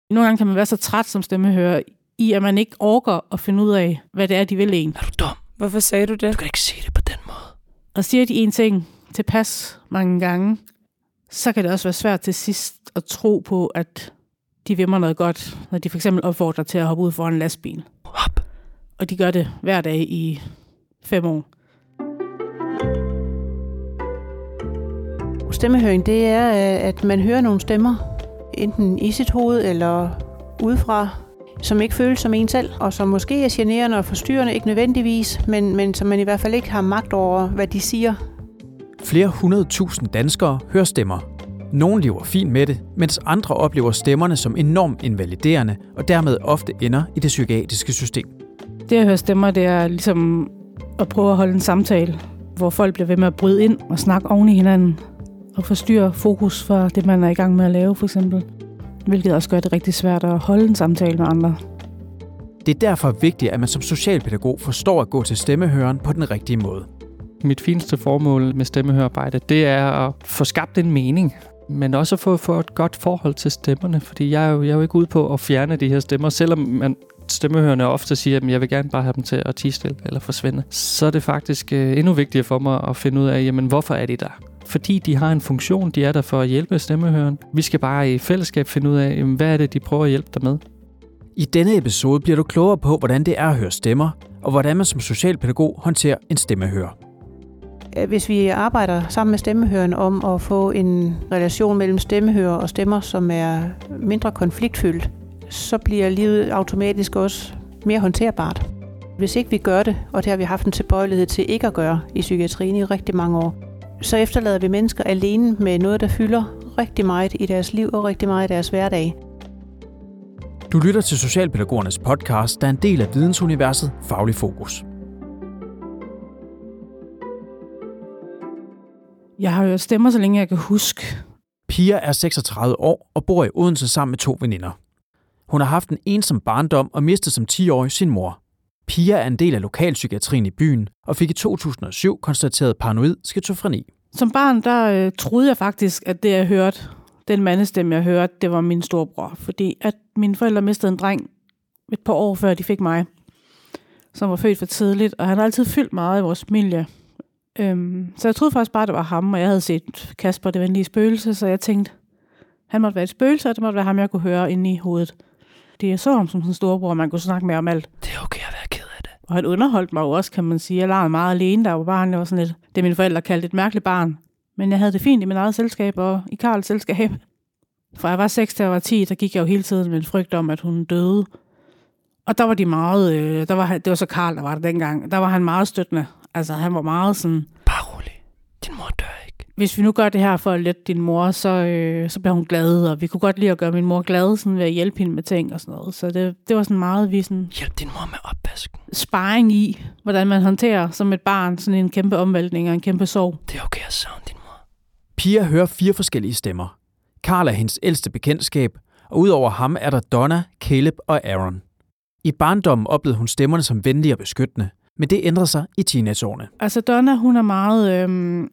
Nogle gange kan man være så træt som stemmehører, i at man ikke orker at finde ud af, hvad det er, de vil en. Er du dum? Hvorfor sagde du det? Du kan ikke sige det på den måde. Og siger de en ting tilpas mange gange, så kan det også være svært til sidst at tro på, at de vil mig noget godt, når de for eksempel opfordrer til at hoppe ud foran en lastbil. Hop. Og de gør det hver dag i 5 år. Stemmehøring, det er, at man hører nogle stemmer, enten i sit hoved eller udefra, som ikke føles som en selv, og som måske er generende og forstyrrende, ikke nødvendigvis, men som man i hvert fald ikke har magt over, hvad de siger. Flere 100.000 danskere hører stemmer. Nogle lever fint med det, mens andre oplever stemmerne som enormt invaliderende, og dermed ofte ender i det psykiatriske system. Det at høre stemmer, det er ligesom at prøve at holde en samtale, hvor folk bliver ved med at bryde ind og snakke oven i hinanden, og forstyrre fokus for det, man er i gang med at lave, for eksempel. Hvilket også gør det rigtig svært at holde en samtale med andre. Det er derfor vigtigt, at man som socialpædagog forstår at gå til stemmehøren på den rigtige måde. Mit fineste formål med stemmehørarbejde, det er at få skabt en mening, men også at få et godt forhold til stemmerne, fordi jeg er jo ikke ude på at fjerne de her stemmer, selvom stemmehørerne ofte siger, at jeg vil gerne bare have dem til at tie stille eller forsvinde. Så er det faktisk endnu vigtigere for mig at finde ud af, jamen, hvorfor er de der? Fordi de har en funktion, de er der for at hjælpe stemmehøren. Vi skal bare i fællesskab finde ud af, jamen, hvad er det, de prøver at hjælpe dig med. I denne episode bliver du klogere på, hvordan det er at høre stemmer, og hvordan man som socialpædagog håndterer en stemmehører. Hvis vi arbejder sammen med stemmehøren om at få en relation mellem stemmehører og stemmer, som er mindre konfliktfyldt, så bliver livet automatisk også mere håndterbart. Hvis ikke vi gør det, og det har vi haft en tilbøjelighed til ikke at gøre i psykiatrien i rigtig mange år, så efterlader vi mennesker alene med noget, der fylder rigtig meget i deres liv og rigtig meget i deres hverdag. Du lytter til Socialpædagogernes podcast, der er en del af vidensuniverset Faglig Fokus. Jeg har hørt stemmer, så længe jeg kan huske. Pia er 36 år og bor i Odense sammen med 2 veninder. Hun har haft en ensom barndom og mistede som 10-årig sin mor. Pia er en del af lokalpsykiatrien i byen og fik i 2007 konstateret paranoid skizofreni. Som barn, der troede jeg faktisk, at det jeg hørte, den mandestemme jeg hørte, det var min storebror. Fordi at mine forældre mistede en dreng et par år før de fik mig, som var født for tidligt, og han har altid fyldt meget i vores familie. Så jeg troede faktisk bare, det var ham, og jeg havde set Kasper, det venlige spøgelse, så jeg tænkte, han måtte være et spøgelse, og det måtte være ham, jeg kunne høre inde i hovedet. Jeg så ham som sådan en storebror, man kunne snakke med om alt. Det er okay at være ked af det. Og han underholdt mig jo også, kan man sige. Jeg legede meget alene, der var barn. Jeg var sådan lidt, det mine forældre kaldte et mærkeligt barn. Men jeg havde det fint i mit eget selskab og i Karls selskab. Fra jeg var 6 til jeg var 10, der gik jeg jo hele tiden med en frygt om, at hun døde. Og der var de meget, det var så Karl, der var der dengang. Der var han meget støttende. Altså han var meget sådan... Bare rolig. Din mor dør ikke. Hvis vi nu gør det her for at lette din mor, så bliver hun glad. Og vi kunne godt lide at gøre min mor glad, sådan ved at hjælpe hende med ting og sådan noget. Så det var sådan meget, vi sådan... Hjælp din mor med opvasken. Sparring i, hvordan man håndterer som et barn sådan en kæmpe omvæltning og en kæmpe sorg. Det er okay at savne din mor. Pia hører 4 forskellige stemmer. Karl er hendes ældste bekendtskab, og udover ham er der Donna, Caleb og Aaron. I barndommen oplevede hun stemmerne som venlige og beskyttende, men det ændrede sig i teenageårene. Altså Donna, hun er meget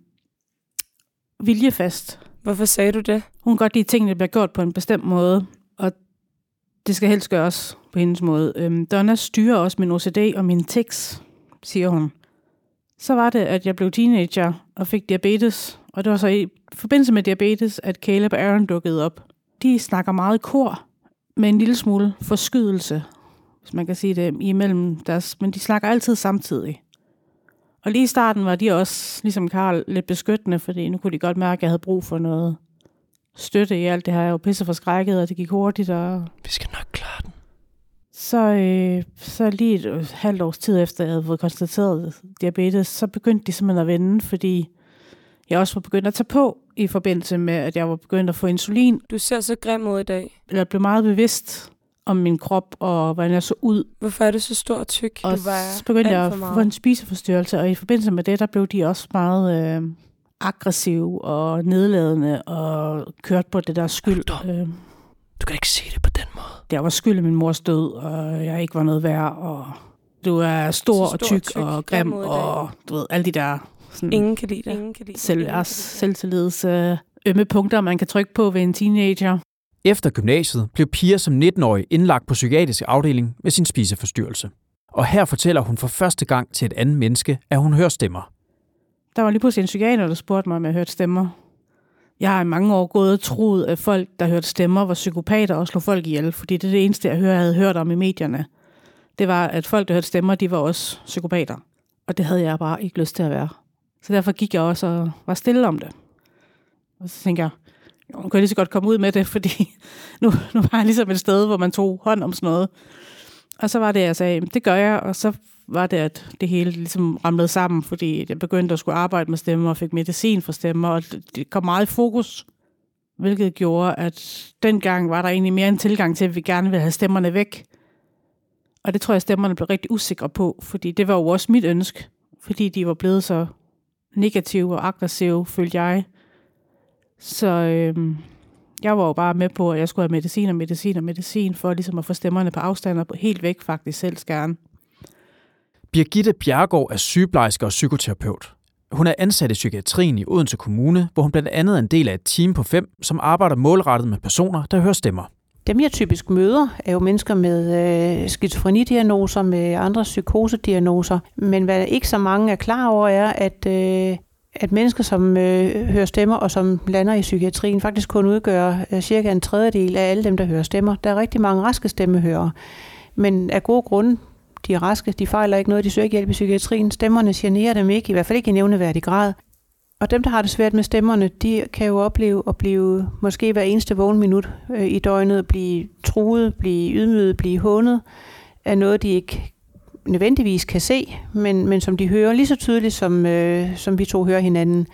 viljefast. Hvorfor sagde du det? Hun kan godt lide, at tingene bliver gjort på en bestemt måde, og det skal helst gøres på hendes måde. Donna styrer også min OCD og mine tics, siger hun. Så var det, at jeg blev teenager og fik diabetes, og det var så i forbindelse med diabetes, at Caleb og Aaron dukkede op. De snakker meget i kor, med en lille smule forskydelse, hvis man kan sige det, imellem deres, men de snakker altid samtidig. Og lige i starten var de også, ligesom Karl, lidt beskyttende, fordi nu kunne de godt mærke, at jeg havde brug for noget støtte i alt det her. Jeg var pisse forskrækket, og det gik hurtigt. Og... Vi skal nok klare den. Så lige et halvt års tid efter, jeg havde fået konstateret diabetes, så begyndte de simpelthen at vende, fordi jeg også var begyndt at tage på i forbindelse med, at jeg var begyndt at få insulin. Du ser så grim ud i dag. Jeg blev meget bevidst om min krop og hvordan jeg så ud. Hvorfor er du så stor og tyk? Og så begyndte jeg at få en spiseforstyrrelse, og i forbindelse med det, der blev de også meget aggressive og nedladende og kørt på det der skyld. Du kan ikke sige det på den måde. Jeg var skyld i min mors død, og jeg ikke var noget værd, og du er stor og tyk og grim, og du ved, alle de der sådan, ingen kan lide dig. selvtillids ømme punkter, man kan trykke på ved en teenager. Efter gymnasiet blev Pia som 19-årig indlagt på psykiatrisk afdeling med sin spiseforstyrrelse. Og her fortæller hun for første gang til et andet menneske, at hun hører stemmer. Der var lige pludselig en psykiater, der spurgte mig, om jeg hørte stemmer. Jeg har i mange år gået og troet, at folk, der hørte stemmer, var psykopater og slog folk ihjel, fordi det er det eneste, jeg havde hørt om i medierne. Det var, at folk, der hørte stemmer, de var også psykopater. Og det havde jeg bare ikke lyst til at være. Så derfor gik jeg også og var stille om det. Og så tænkte jeg, nu kan jeg lige så godt komme ud med det, fordi nu var jeg ligesom et sted, hvor man tog hånd om sådan noget. Og så var det, jeg sagde, det gør jeg, og så var det, at det hele ligesom ramlede sammen, fordi jeg begyndte at skulle arbejde med stemmer og fik medicin for stemmer, og det kom meget i fokus, hvilket gjorde, at dengang var der egentlig mere en tilgang til, at vi gerne ville have stemmerne væk. Og det tror jeg, stemmerne blev rigtig usikre på, fordi det var jo også mit ønske, fordi de var blevet så negative og aggressive, følte jeg. Så jeg var jo bare med på, at jeg skulle have medicin for ligesom at få stemmerne på afstand og helt væk faktisk selv gerne. Birgitte Bjerregaard er sygeplejerske og psykoterapeut. Hun er ansat i psykiatrien i Odense Kommune, hvor hun blandt andet er en del af et team på 5, som arbejder målrettet med personer, der hører stemmer. Dem jeg typisk møder er jo mennesker med skizofrenidiagnoser, med andre psykosediagnoser. Men hvad ikke så mange er klar over er, at mennesker, som hører stemmer og som lander i psykiatrien, faktisk kun udgør cirka en tredjedel af alle dem, der hører stemmer. Der er rigtig mange raske stemmehørere. Men af gode grunde, de er raske, de fejler ikke noget, de søger ikke hjælp i psykiatrien. Stemmerne generer dem ikke, i hvert fald ikke i nævneværdig grad. Og dem, der har det svært med stemmerne, de kan jo opleve at blive måske hver eneste vågen minut i døgnet, blive truet, blive ydmyget, blive hånet af noget, de ikke nødvendigvis kan se, men som de hører lige så tydeligt, som vi to hører hinanden.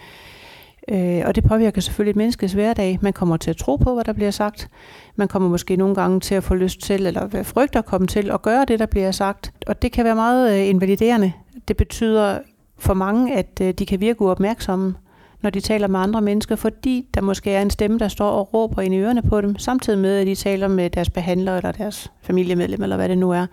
Og det påvirker selvfølgelig et menneskes hverdag. Man kommer til at tro på, hvad der bliver sagt. Man kommer måske nogle gange til at få lyst til, eller frygter at komme til at gøre det, der bliver sagt. Og det kan være meget invaliderende. Det betyder for mange, at de kan virke uopmærksomme, når de taler med andre mennesker, fordi der måske er en stemme, der står og råber ind i ørerne på dem, samtidig med, at de taler med deres behandler eller deres familiemedlem, eller hvad det nu er.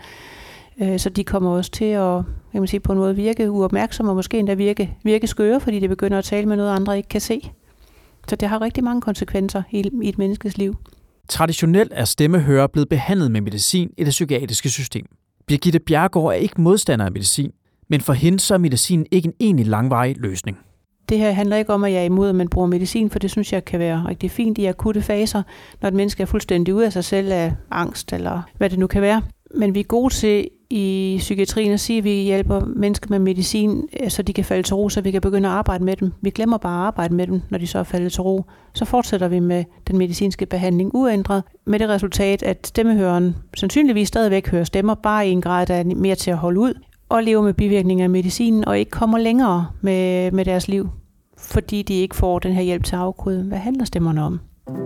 Så de kommer også til at på en måde virke uopmærksomme, og måske endda virke skøre, fordi de begynder at tale med noget, andre ikke kan se. Så det har rigtig mange konsekvenser i et menneskes liv. Traditionelt er stemmehørere blevet behandlet med medicin i det psykiatriske system. Birgitte Bjerregaard er ikke modstander af medicin, men for hende så er medicin ikke en egentlig langvarig løsning. Det her handler ikke om, at jeg er imod, at man bruger medicin, for det synes jeg kan være rigtig fint i akutte faser, når et menneske er fuldstændig ude af sig selv af angst eller hvad det nu kan være. Men vi er gode til i psykiatrien at sige, at vi hjælper mennesker med medicin, så de kan falde til ro, så vi kan begynde at arbejde med dem. Vi glemmer bare at arbejde med dem, når de så er faldet til ro. Så fortsætter vi med den medicinske behandling uændret, med det resultat, at stemmehøreren sandsynligvis stadigvæk hører stemmer, bare i en grad, der er mere til at holde ud, og lever med bivirkninger af medicinen, og ikke kommer længere med deres liv, fordi de ikke får den her hjælp til at afkode. Hvad handler stemmerne om?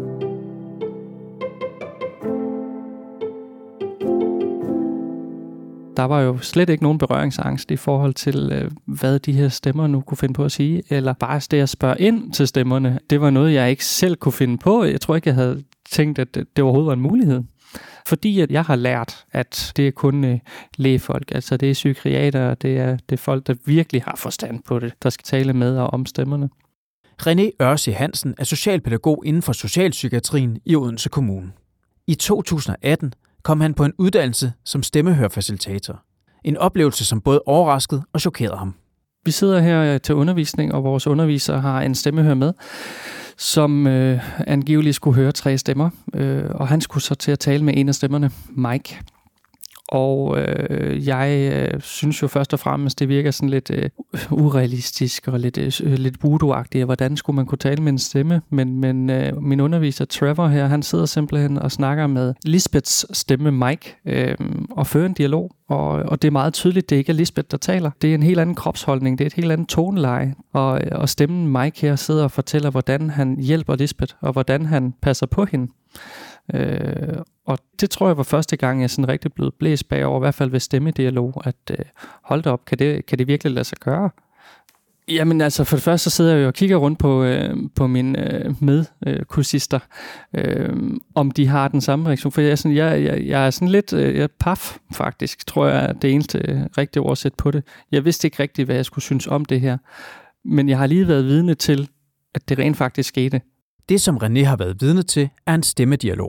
Der var jo slet ikke nogen berøringsangst i forhold til, hvad de her stemmer nu kunne finde på at sige, eller bare det at spørge ind til stemmerne. Det var noget, jeg ikke selv kunne finde på. Jeg tror ikke, jeg havde tænkt, at det overhovedet var en mulighed. Fordi at jeg har lært, at det er kun lægefolk, altså det er psykiatere, det er folk, der virkelig har forstand på det, der skal tale med og om stemmerne. René Ørsi Hansen er socialpædagog inden for socialpsykiatrien i Odense Kommune. I 2018 kom han på en uddannelse som stemmehørfacilitator. En oplevelse, som både overraskede og chokerede ham. Vi sidder her til undervisning, og vores underviser har en stemmehør med, som angiveligt skulle høre 3 stemmer. Og han skulle så til at tale med en af stemmerne, Mike. Og jeg synes jo først og fremmest, det virker sådan lidt urealistisk og lidt voodoo-agtigt. Hvordan skulle man kunne tale med en stemme? Men min underviser Trevor her, han sidder simpelthen og snakker med Lisbeths stemme Mike og fører en dialog. Og det er meget tydeligt, det ikke er Lisbeth, der taler. Det er en helt anden kropsholdning, det er et helt andet toneleje. Og stemmen Mike her sidder og fortæller, hvordan han hjælper Lisbeth, og hvordan han passer på hende. Og det tror jeg var første gang, jeg sådan rigtig blev blæst bagover, i hvert fald ved stemmedialog, at hold da op, kan det virkelig lade sig gøre? Jamen altså, for det første så sidder jeg jo og kigger rundt på mine medkursister, om de har den samme reaktion. For jeg er sådan lidt paf, faktisk, tror jeg er det eneste rigtige oversæt på det. Jeg vidste ikke rigtigt, hvad jeg skulle synes om det her. Men jeg har lige været vidne til, at det rent faktisk skete. Det, som René har været vidne til, er en stemmedialog.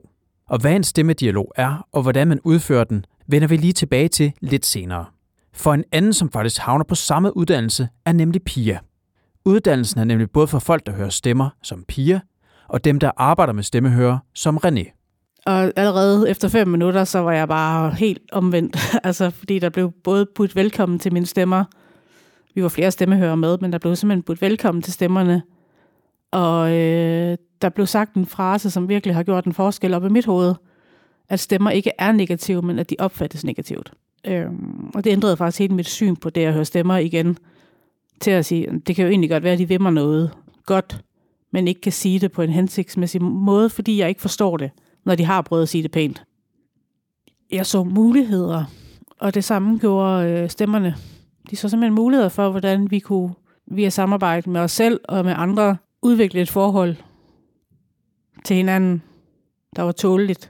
Og hvad en stemmedialog er, og hvordan man udfører den, vender vi lige tilbage til lidt senere. For en anden, som faktisk havner på samme uddannelse, er nemlig Pia. Uddannelsen er nemlig både for folk, der hører stemmer som Pia, og dem, der arbejder med stemmehører som René. Og allerede efter 5 minutter, så var jeg bare helt omvendt. Altså, fordi der blev både budt velkommen til mine stemmer. Vi var flere stemmehører med, men der blev simpelthen budt velkommen til stemmerne. Og der blev sagt en frase, som virkelig har gjort en forskel op i mit hoved. At stemmer ikke er negative, men at de opfattes negativt. Og det ændrede faktisk helt mit syn på det at høre stemmer igen. Til at sige, det kan jo egentlig godt være, at de vil mig noget godt, men ikke kan sige det på en hensigtsmæssig måde, fordi jeg ikke forstår det, når de har prøvet at sige det pænt. Jeg så muligheder, og det samme gjorde stemmerne. De så simpelthen muligheder for, hvordan vi kunne via samarbejde med os selv og med andre udvikle et forhold til hinanden, der var tåleligt.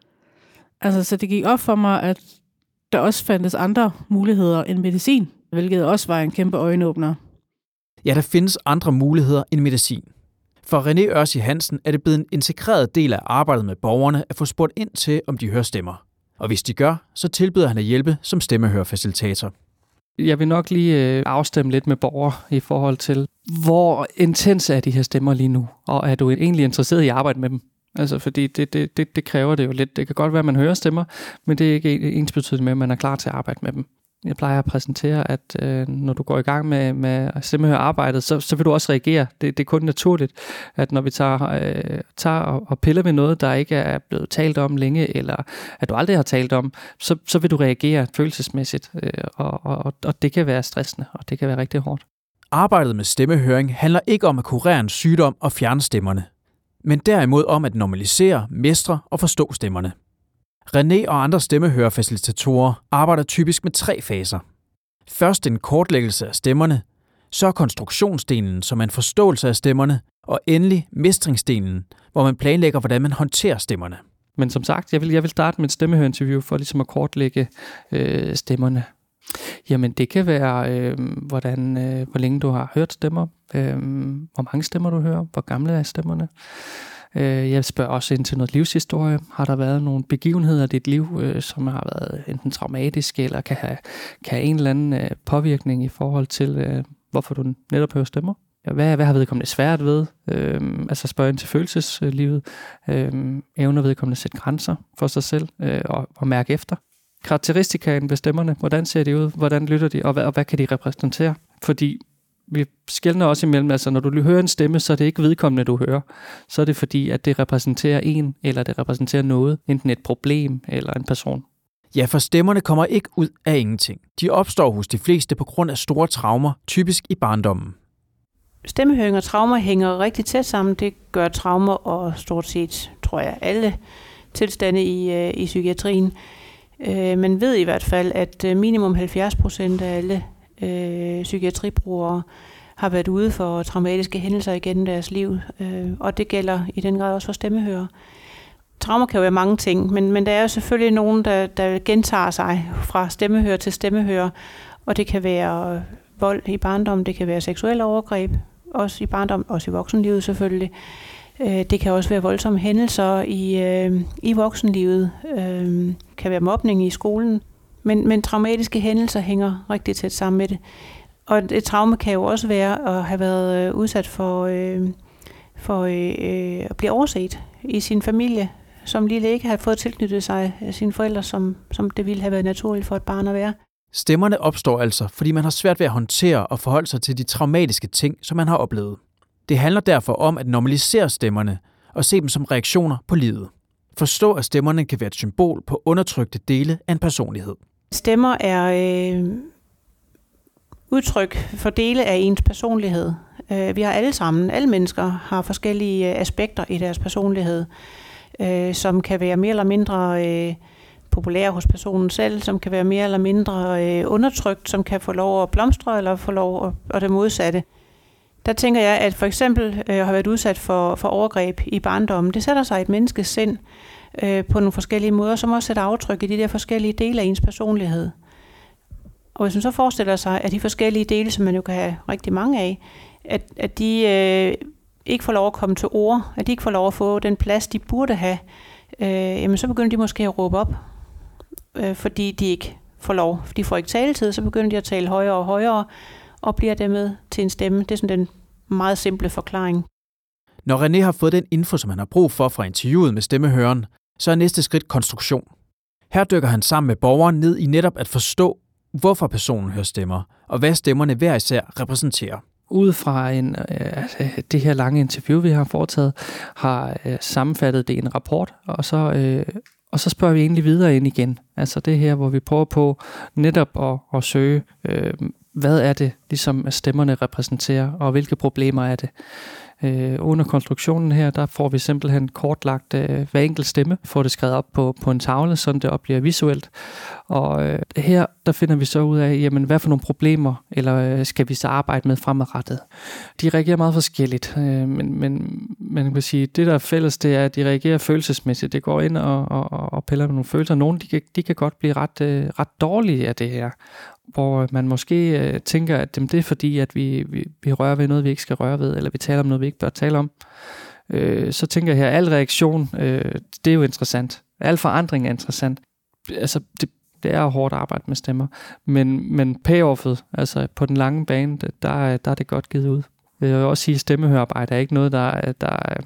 Altså, så det gik op for mig, at der også fandtes andre muligheder end medicin, hvilket også var en kæmpe øjenåbner. Ja, der findes andre muligheder end medicin. For René Ørsi Hansen er det blevet en integreret del af arbejdet med borgerne at få spurgt ind til, om de hører stemmer. Og hvis de gør, så tilbyder han at hjælpe som stemmehørfacilitator. Jeg vil nok lige afstemme lidt med borgere i forhold til, hvor intens er de her stemmer lige nu, og er du egentlig interesseret i at arbejde med dem? Altså, fordi det kræver det jo lidt. Det kan godt være, at man hører stemmer, men det er ikke ensbetydende med, at man er klar til at arbejde med dem. Jeg plejer at præsentere, at når du går i gang med stemmehørarbejdet, så vil du også reagere. Det er kun naturligt, at når vi tager og piller ved noget, der ikke er blevet talt om længe, eller at du aldrig har talt om, så vil du reagere følelsesmæssigt, og det kan være stressende, og det kan være rigtig hårdt. Arbejdet med stemmehøring handler ikke om at kurere en sygdom og fjerne stemmerne, men derimod om at normalisere, mestre og forstå stemmerne. René og andre stemmehørefacilitatorer arbejder typisk med 3 faser. Først en kortlæggelse af stemmerne, så konstruktionsdelen, som er en forståelse af stemmerne, og endelig mestringsdelen, hvor man planlægger, hvordan man håndterer stemmerne. Men som sagt, jeg vil starte med et stemmehørinterview for ligesom at kortlægge stemmerne. Jamen, det kan være, hvor længe du har hørt stemmer, hvor mange stemmer du hører, hvor gamle er stemmerne. Jeg spørger også ind til noget livshistorie. Har der været nogle begivenheder i dit liv, som har været enten traumatiske, eller kan have en eller anden påvirkning i forhold til, hvorfor du netop hører stemmer? Hvad har vedkommende svært ved? Altså spørge ind til følelseslivet. Evner vedkommende at sætte grænser for sig selv og mærke efter. Karakteristikaen ved stemmerne. Hvordan ser de ud? Hvordan lytter de? Og hvad kan de repræsentere? Fordi vi skelner også imellem, altså når du hører en stemme, så er det ikke vedkommende, du hører. Så er det fordi, at det repræsenterer en, eller det repræsenterer noget, enten et problem eller en person. Ja, for stemmerne kommer ikke ud af ingenting. De opstår hos de fleste på grund af store traumer, typisk i barndommen. Stemmehøring og traumer hænger rigtig tæt sammen. Det gør traumer og stort set, tror jeg, alle tilstande i psykiatrien. Man ved i hvert fald, at minimum 70% af alle psykiatribrugere har været ude for traumatiske hændelser igennem deres liv, og det gælder i den grad også for stemmehører. Traumer kan jo være mange ting, men der er jo selvfølgelig nogen, der gentager sig fra stemmehører til stemmehører, og det kan være vold i barndommen, det kan være seksuelle overgreb, også i barndommen, også i voksenlivet selvfølgelig. Det kan også være voldsomme hændelser i voksenlivet, kan være mobning i skolen, men traumatiske hændelser hænger rigtig tæt sammen med det. Og et traume kan jo også være at have været udsat for at blive overset i sin familie, som lille ikke har fået tilknyttet sig af sine forældre, som det ville have været naturligt for et barn at være. Stemmerne opstår altså, fordi man har svært ved at håndtere og forholde sig til de traumatiske ting, som man har oplevet. Det handler derfor om at normalisere stemmerne og se dem som reaktioner på livet. Forstå, at stemmerne kan være et symbol på undertrykte dele af en personlighed. Stemmer er udtryk for dele af ens personlighed. Vi har alle mennesker har forskellige aspekter i deres personlighed, som kan være mere eller mindre populære hos personen selv, som kan være mere eller mindre undertrykt, som kan få lov at blomstre eller få lov at det modsatte. Der tænker jeg, at for eksempel har været udsat for overgreb i barndommen. Det sætter sig i et menneskes sind på nogle forskellige måder, som også sætter aftryk i de der forskellige dele af ens personlighed. Og hvis man så forestiller sig, at de forskellige dele, som man jo kan have rigtig mange af, at de ikke får lov at komme til ord, at de ikke får lov at få den plads, de burde have, jamen så begynder de måske at råbe op, fordi de ikke får lov. De får ikke taletid, så begynder de at tale højere og højere, og bliver dermed til en stemme. Det er sådan den meget simple forklaring. Når René har fået den info, som han har brug for fra interviewet med stemmehøreren, så er næste skridt konstruktion. Her dykker han sammen med borgeren ned i netop at forstå, hvorfor personen hører stemmer, og hvad stemmerne hver især repræsenterer. Ud fra det her lange interview, vi har foretaget, har sammenfattet det i en rapport, og så spørger vi egentlig videre ind igen. Altså det her, hvor vi prøver på netop at søge, hvad er det, ligesom stemmerne repræsenterer, og hvilke problemer er det. Under konstruktionen her, der får vi simpelthen kortlagt hver enkelt stemme, får det skrevet op på en tavle, så det bliver visuelt. Og her, der finder vi så ud af, jamen, hvad for nogle problemer, eller skal vi så arbejde med fremadrettet. De reagerer meget forskelligt, men man kan sige, det der er fælles, det er, at de reagerer følelsesmæssigt. Det går ind og piller med nogle følelser. Nogle, de kan godt blive ret dårlige af det her, hvor man måske tænker, at det er fordi, at vi rører ved noget, vi ikke skal røre ved, eller vi taler om noget, vi ikke bør tale om. Så tænker jeg her, al reaktion, det er jo interessant. Al forandring er interessant. Altså, det er jo hårdt arbejde med stemmer. Men payoffet, altså på den lange bane, der er det godt givet ud. Jeg vil også sige, at stemmehørarbejde er ikke noget, der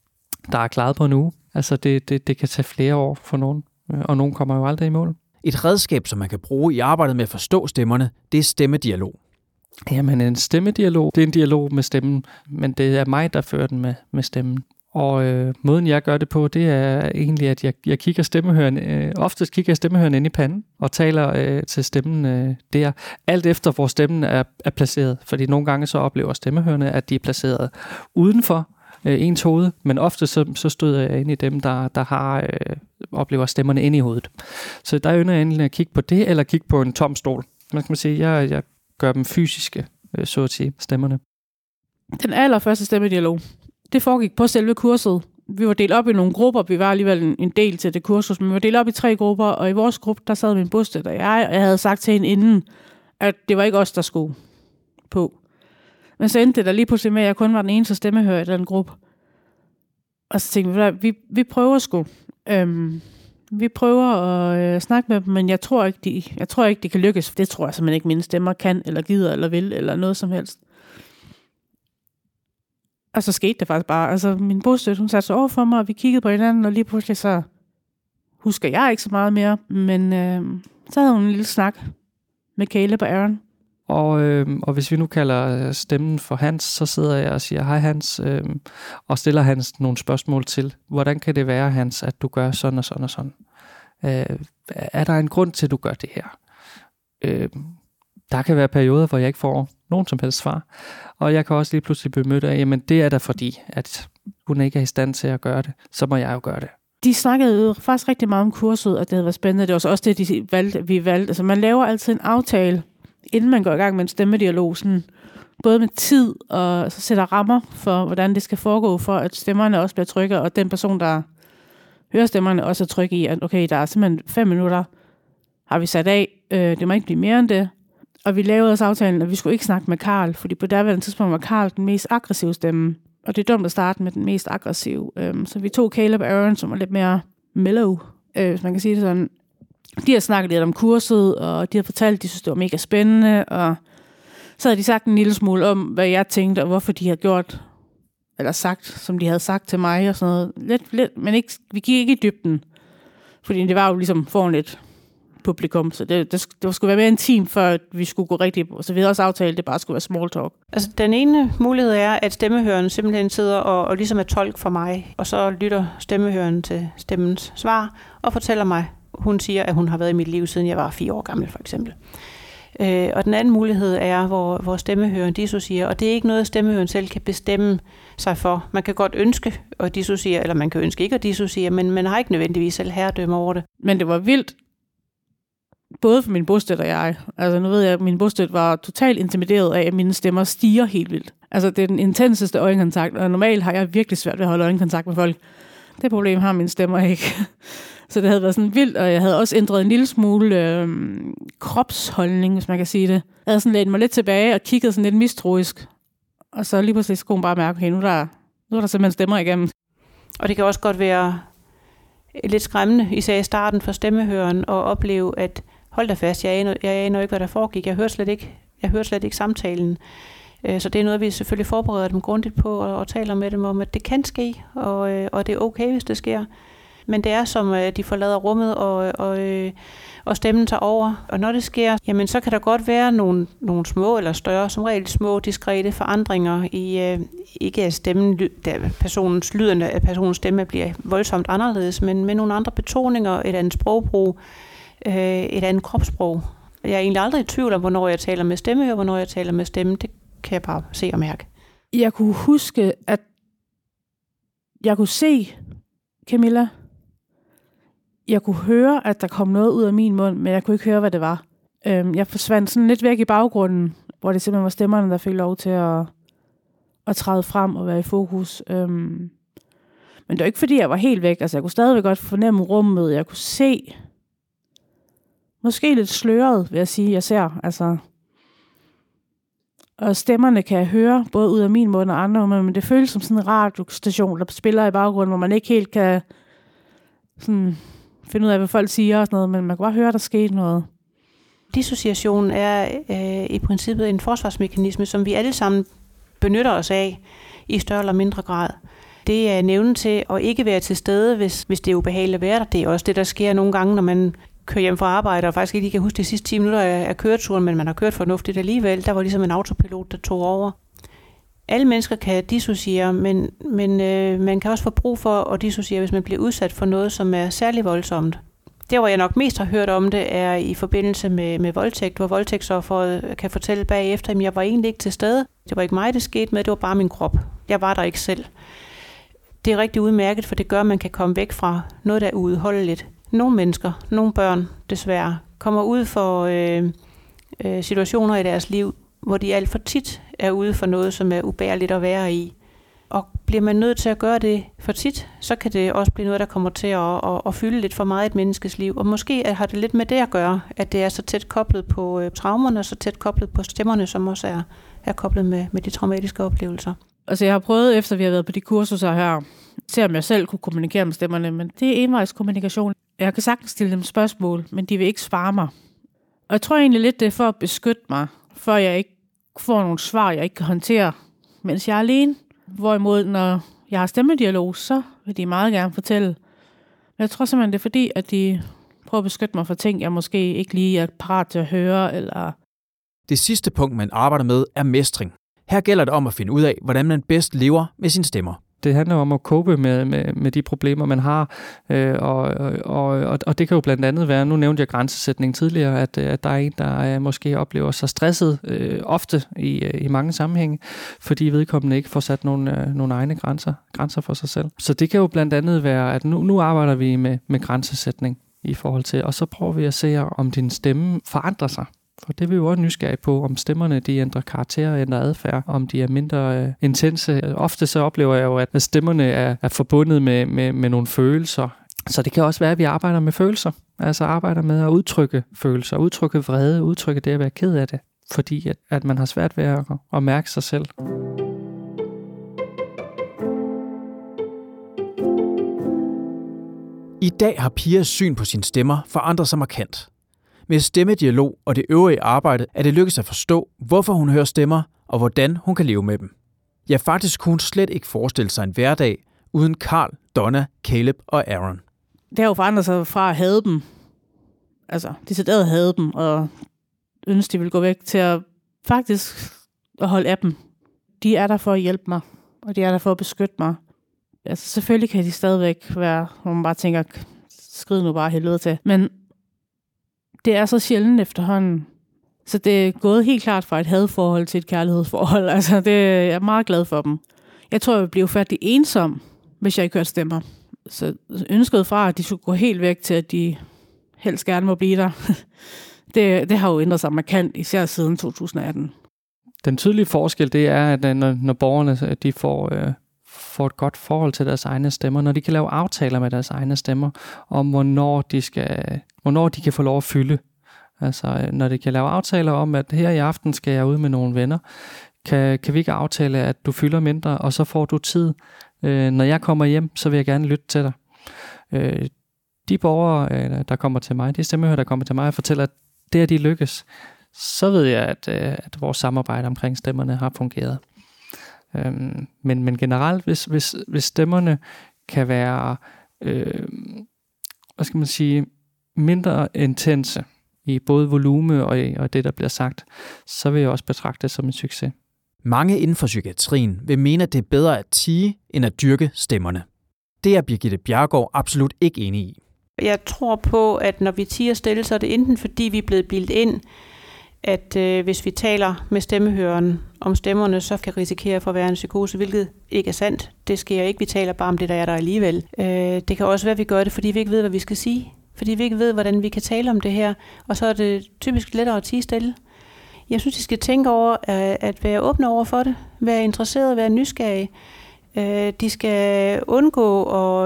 er klaret på en uge. Altså, det kan tage flere år for nogen, og nogen kommer jo aldrig i mål. Et redskab, som man kan bruge i arbejdet med at forstå stemmerne, det er stemmedialog. Jamen, en stemmedialog, det er en dialog med stemmen, men det er mig, der fører den med stemmen. Og måden, jeg gør det på, det er egentlig, at jeg kigger stemmehøren, oftest kigger jeg stemmehøren ind i panden og taler til stemmen der, alt efter hvor stemmen er placeret. Fordi nogle gange så oplever stemmehørerne, at de er placeret udenfor ens hoved, men ofte så støder jeg ind i dem, der oplever stemmerne inde i hovedet. Så der ynder jeg endelig at kigge på det, eller kigge på en tom stol. Man kan sige, jeg gør dem fysiske, så at sige, stemmerne. Den allerførste stemmedialog, det foregik på selve kurset. Vi var delt op i nogle grupper, vi var alligevel en del til det kursus, men vi var delt op i 3 grupper, og i vores gruppe, der sad min bostætter og jeg havde sagt til hende inden, at det var ikke os, der skulle på. Men så endte det der lige pludselig med, at jeg kun var den eneste stemmehører i den gruppe. Og så tænkte vi prøver sgu. Vi prøver at snakke med dem, men jeg tror ikke, de kan lykkes. Det tror jeg simpelthen ikke, mine stemmer kan, eller gider, eller vil, eller noget som helst. Og så skete det faktisk bare. Altså, min bostøtte, hun satte sig over for mig, og vi kiggede på hinanden, og lige pludselig så husker jeg ikke så meget mere. Men så havde hun en lille snak med Caleb og Aaron. Og hvis vi nu kalder stemmen for Hans, så sidder jeg og siger, hej Hans, og stiller Hans nogle spørgsmål til, hvordan kan det være, Hans, at du gør sådan og sådan og sådan? Er der en grund til, at du gør det her? Der kan være perioder, hvor jeg ikke får nogen som helst svar, og jeg kan også lige pludselig bemøde af, jamen det er da fordi, at hun ikke er i stand til at gøre det, så må jeg jo gøre det. De snakkede jo faktisk rigtig meget om kurset, og det havde været spændende. Det var også det, vi valgte. Altså man laver altid en aftale, inden man går i gang med en stemmedialog, sådan, både med tid og så sætter rammer for, hvordan det skal foregå, for at stemmerne også bliver trygge, og den person, der hører stemmerne, også er tryg i, at okay, der er simpelthen 5 minutter, har vi sat af. Det må ikke blive mere end det. Og vi lavede også aftalen, at vi skulle ikke snakke med Karl, fordi på derværende tidspunkt var Karl den mest aggressive stemme. Og det er dumt at starte med den mest aggressive. Så vi tog Caleb og Aaron, som var lidt mere mellow, hvis man kan sige det sådan. De har snakket lidt om kurset, og de har fortalt, at de synes, det var mega spændende. Og så havde de sagt en lille smule om, hvad jeg tænkte, og hvorfor de havde gjort, eller sagt, som de havde sagt til mig og sådan noget. Lidt, men ikke, vi gik ikke i dybden. Fordi det var jo ligesom foran et publikum, så det skulle være mere intimt, før vi skulle gå rigtig på. Så vi havde også aftalt, at det bare skulle være small talk. Altså, den ene mulighed er, at stemmehøren simpelthen sidder og ligesom er tolk for mig, og så lytter stemmehøren til stemmens svar, og fortæller mig, hun siger, at hun har været i mit liv, siden jeg var 4 år gammel, for eksempel. Og den anden mulighed er, hvor stemmehøren dissocierer, og det er ikke noget, stemmehøren selv kan bestemme sig for. Man kan godt ønske at dissociere, eller man kan ønske ikke at dissociere, men man har ikke nødvendigvis selv herredømme over det. Men det var vildt, både for min bostøtte og jeg. Altså nu ved jeg, at min bostøtte var totalt intimideret af, at mine stemmer stiger helt vildt. Altså det er den intenseste øjenkontakt, og normalt har jeg virkelig svært ved at holde øjenkontakt med folk. Det problem har mine stemmer ikke. Så det havde været sådan vildt, og jeg havde også ændret en lille smule kropsholdning, hvis man kan sige det. Jeg havde sådan lænet mig lidt tilbage og kigget sådan lidt mistroisk. Og så lige pludselig skulle hun bare mærke, okay, nu er der simpelthen stemmer igennem. Og det kan også godt være lidt skræmmende, især i starten for stemmehøren, at opleve, at hold da fast, jeg aner ikke, hvad der foregik. Jeg hørte slet ikke samtalen. Så det er noget, vi selvfølgelig forbereder dem grundigt på og taler med dem om, at det kan ske, og det er okay, hvis det sker. Men det er som, de forlader rummet, og stemmen tager over. Og når det sker, jamen, så kan der godt være nogle små eller større, som regel små, diskrete forandringer i ikke af stemmen, lyden af personens stemme bliver voldsomt anderledes, men med nogle andre betoninger, et andet sprogbrug, et andet kropssprog. Jeg er egentlig aldrig i tvivl om, hvornår jeg taler med stemme, og hvornår jeg taler med stemme. Det kan jeg bare se og mærke. Jeg kunne huske, at jeg kunne se Camilla. Jeg kunne høre, at der kom noget ud af min mund, men jeg kunne ikke høre, hvad det var. Jeg forsvandt sådan lidt væk i baggrunden, hvor det simpelthen var stemmerne, der fik lov til at træde frem og være i fokus. Men det var ikke, fordi jeg var helt væk. Altså, jeg kunne stadigvæk godt fornemme rummet. Jeg kunne se, måske lidt sløret, vil jeg sige, jeg ser. Altså, og stemmerne kan jeg høre, både ud af min mund og andre, men det føles som sådan en radiostation, der spiller i baggrunden, hvor man ikke helt kan sådan finde ud af, hvad folk siger og sådan noget, men man kan bare høre, der skete noget. Dissociation er i princippet en forsvarsmekanisme, som vi alle sammen benytter os af i større eller mindre grad. Det er evnen til at ikke være til stede, hvis det er ubehageligt at være der. Det er også det, der sker nogle gange, når man kører hjem fra arbejde, og faktisk ikke kan huske de sidste 10 minutter af køreturen, men man har kørt fornuftigt alligevel. Der var ligesom en autopilot, der tog over. Alle mennesker kan dissociere, men man kan også få brug for at dissociere, hvis man bliver udsat for noget, som er særlig voldsomt. Der, hvor jeg nok mest har hørt om det, er i forbindelse med voldtægt, hvor voldtægtsofferet kan fortælle bagefter, at jeg var egentlig ikke til stede. Det var ikke mig, det skete med, det var bare min krop. Jeg var der ikke selv. Det er rigtig udmærket, for det gør, at man kan komme væk fra noget, der er uudholdeligt. Nogle mennesker, nogle børn desværre, kommer ud for situationer i deres liv, hvor de alt for tit er ude for noget, som er ubærligt at være i. Og bliver man nødt til at gøre det for tit, så kan det også blive noget, der kommer til at fylde lidt for meget et menneskes liv. Og måske har det lidt med det at gøre, at det er så tæt koblet på traumerne, og så tæt koblet på stemmerne, som også er koblet med de traumatiske oplevelser. Altså jeg har prøvet, efter vi har været på de kurser her, se om jeg selv kunne kommunikere med stemmerne, men det er envejskommunikation. Jeg kan sagtens stille dem spørgsmål, men de vil ikke svare mig. Og jeg tror egentlig lidt, det er for at beskytte mig, for jeg ikke får nogle svar, jeg ikke kan håndtere, mens jeg er alene. Hvorimod, når jeg har stemmedialog, så vil de meget gerne fortælle. Men jeg tror simpelthen, det er fordi, at de prøver at beskytte mig for ting, jeg måske ikke lige er parat til at høre. Eller... Det sidste punkt, man arbejder med, er mestring. Her gælder det om at finde ud af, hvordan man bedst lever med sine stemmer. Det handler om at cope med de problemer, man har, og det kan jo blandt andet være, nu nævnte jeg grænsesætning tidligere, at der er en, der måske oplever sig stresset ofte i mange sammenhænge, fordi vedkommende ikke får sat nogle egne grænser for sig selv. Så det kan jo blandt andet være, at nu arbejder vi med grænsesætning i forhold til, og så prøver vi at se, om din stemme forandrer sig. For det er vi jo også nysgerrige på, om stemmerne de ændrer karakter og ændrer adfærd, om de er mindre intense. Ofte så oplever jeg jo, at stemmerne er forbundet med nogle følelser. Så det kan også være, at vi arbejder med følelser. Altså arbejder med at udtrykke følelser, udtrykke vrede, udtrykke det at være ked af det. Fordi at man har svært ved at mærke sig selv. I dag har Pias syn på sine stemmer forandret sig markant. Med stemmedialog og det øvrige arbejde er det lykkedes at forstå, hvorfor hun hører stemmer, og hvordan hun kan leve med dem. Ja, faktisk kunne hun slet ikke forestille sig en hverdag uden Carl, Donna, Caleb og Aaron. Det har jo forandret sig fra at hade dem, altså decideret hade dem, og ønske, de vil gå væk til at faktisk at holde af dem. De er der for at hjælpe mig, og de er der for at beskytte mig. Altså selvfølgelig kan de stadigvæk være, hvor man bare tænker, skrid nu bare helvede til. Men det er så sjældent efterhånden. Så det er gået helt klart fra et hadforhold til et kærlighedsforhold. Altså, jeg er meget glad for dem. Jeg tror, jeg vil blive fattig ensom, hvis jeg ikke hørte stemmer. Så ønsket fra, at de skulle gå helt væk til, at de helst gerne må blive der, det har jo ændret sig markant, især siden 2018. Den tydelige forskel, det er, at når borgerne de får et godt forhold til deres egne stemmer, når de kan lave aftaler med deres egne stemmer, om hvornår de kan få lov at fylde. Altså, når de kan lave aftaler om, at her i aften skal jeg ud med nogle venner, kan vi ikke aftale, at du fylder mindre, og så får du tid. Når jeg kommer hjem, så vil jeg gerne lytte til dig. de borgere, der kommer til mig, de stemmehører, der kommer til mig og fortæller, at det er de lykkes, så ved jeg, at vores samarbejde omkring stemmerne har fungeret. Men generelt, hvis stemmerne kan være, hvad skal man sige, mindre intense i både volume og det, der bliver sagt, så vil jeg også betragte det som en succes. Mange inden for psykiatrien vil mene, at det er bedre at tie, end at dyrke stemmerne. Det er Birgitte Bjerregaard absolut ikke enig i. Jeg tror på, at når vi tier stille, så er det enten fordi vi er blevet bildet ind, at hvis vi taler med stemmehøreren om stemmerne, så kan risikere for at være en psykose, hvilket ikke er sandt. Det sker ikke. Vi taler bare om det, der er der alligevel. Det kan også være, at vi gør det, fordi vi ikke ved, hvad vi skal sige. Fordi vi ikke ved, hvordan vi kan tale om det her. Og så er det typisk lettere at tie stille. Jeg synes, de skal tænke over at være åbne over for det. Være interesseret, være nysgerrige. De skal undgå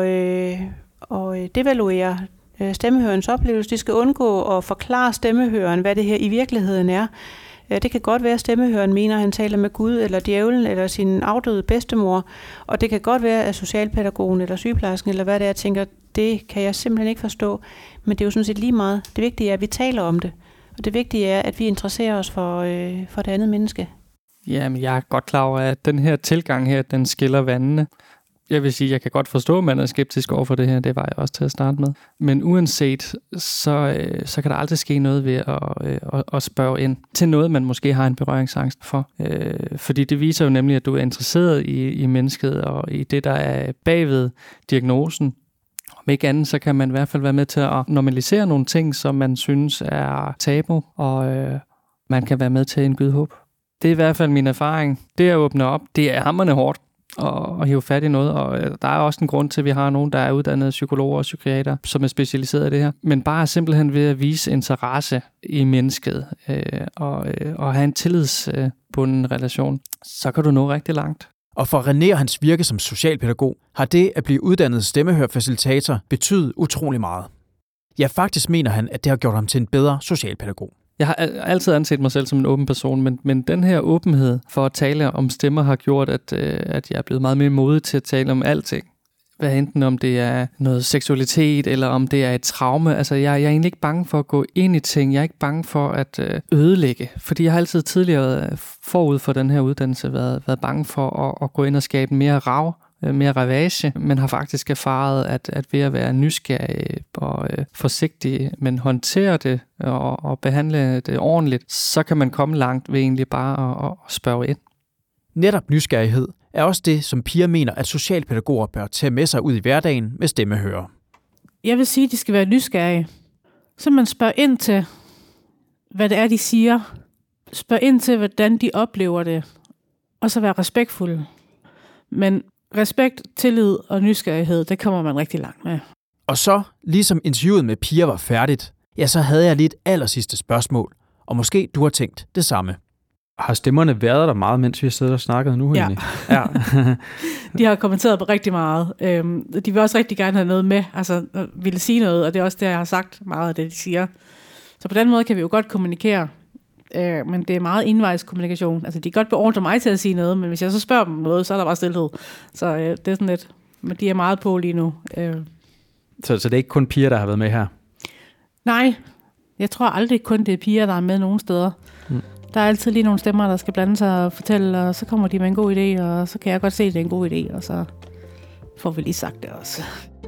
at devaluere stemmehørens oplevelse. De skal undgå at forklare stemmehøren, hvad det her i virkeligheden er. Det kan godt være, at stemmehøren mener, at han taler med Gud eller djævlen eller sin afdøde bedstemor. Og det kan godt være, at socialpædagogen eller sygeplejersken eller hvad det er, tænker, det kan jeg simpelthen ikke forstå. Men det er jo sådan set lige meget. Det vigtige er, at vi taler om det. Og det vigtige er, at vi interesserer os for det andet menneske. Jamen, jeg er godt klar over, at den her tilgang her, den skiller vandene. Jeg vil sige, at jeg kan godt forstå, at man er skeptisk over for det her. Det var jeg også til at starte med. Men uanset, så kan der aldrig ske noget ved at spørge ind til noget, man måske har en berøringsangst for. Fordi det viser jo nemlig, at du er interesseret i mennesket og i det, der er bagved diagnosen. Om ikke andet, så kan man i hvert fald være med til at normalisere nogle ting, som man synes er tabu, og man kan være med til at indgyde håb. Det er i hvert fald min erfaring. Det at åbne op, det er hamrende hårdt at hive fat i noget, og der er også en grund til, at vi har nogen, der er uddannede psykologer og psykiater, som er specialiseret i det her. Men bare simpelthen ved at vise interesse i mennesket og have en tillidsbunden relation, så kan du nå rigtig langt. Og for René og hans virke som socialpædagog, har det at blive uddannet stemmehørfacilitator betydet utrolig meget. Ja, faktisk mener han, at det har gjort ham til en bedre socialpædagog. Jeg har altid anset mig selv som en åben person, men den her åbenhed for at tale om stemmer har gjort, at jeg er blevet meget mere modig til at tale om alting. Hvad enten om det er noget seksualitet, eller om det er et traume. Altså, jeg er egentlig ikke bange for at gå ind i ting. Jeg er ikke bange for at ødelægge. Fordi jeg har altid tidligere forud for den her uddannelse været bange for at gå ind og skabe mere mere ravage, men har faktisk erfaret, at ved at være nysgerrig og forsigtig, men håndtere det og behandle det ordentligt, så kan man komme langt ved egentlig bare at spørge ind. Netop nysgerrighed er også det, som Pia mener, at socialpædagoger bør tage med sig ud i hverdagen med stemmehører. Jeg vil sige, at de skal være nysgerrige. Så man spørger ind til, hvad det er, de siger. Spørg ind til, hvordan de oplever det. Og så være respektfulde. Men respekt, tillid og nysgerrighed, det kommer man rigtig langt med. Og så, ligesom interviewet med Pia var færdigt, ja, så havde jeg lige et allersidste spørgsmål. Og måske du har tænkt det samme. Har stemmerne været der meget, mens vi har siddet og snakket nu? Ja. Egentlig? Ja. De har kommenteret på rigtig meget. De vil også rigtig gerne have noget med, altså ville sige noget, og det er også det, jeg har sagt meget af det, de siger. Så på den måde kan vi jo godt kommunikere, men det er meget envejskommunikation. Altså de kan godt beordre mig til at sige noget, men hvis jeg så spørger dem noget, så er der bare stilhed. Så det er sådan lidt, men de er meget på lige nu. Så det er ikke kun piger, der har været med her? Nej, jeg tror aldrig kun det er piger, der er med nogen steder. Der er altid lige nogle stemmer, der skal blande sig og fortælle, og så kommer de med en god idé, og så kan jeg godt se, at det er en god idé, og så får vi lige sagt det også.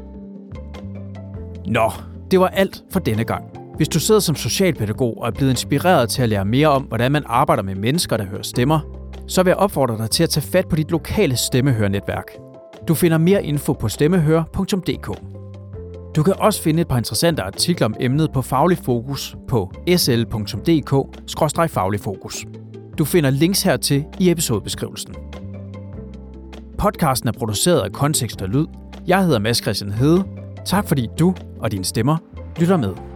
Nå, det var alt for denne gang. Hvis du sidder som socialpædagog og er blevet inspireret til at lære mere om, hvordan man arbejder med mennesker, der hører stemmer, så vil jeg opfordre dig til at tage fat på dit lokale stemmehørnetværk. Du finder mere info på stemmehøre.dk. Du kan også finde et par interessante artikler om emnet på Faglig Fokus på sl.dk/fagligfokus. Du finder links hertil i episodebeskrivelsen. Podcasten er produceret af Kontekst og Lyd. Jeg hedder Mads Christian Hede. Tak fordi du og dine stemmer lytter med.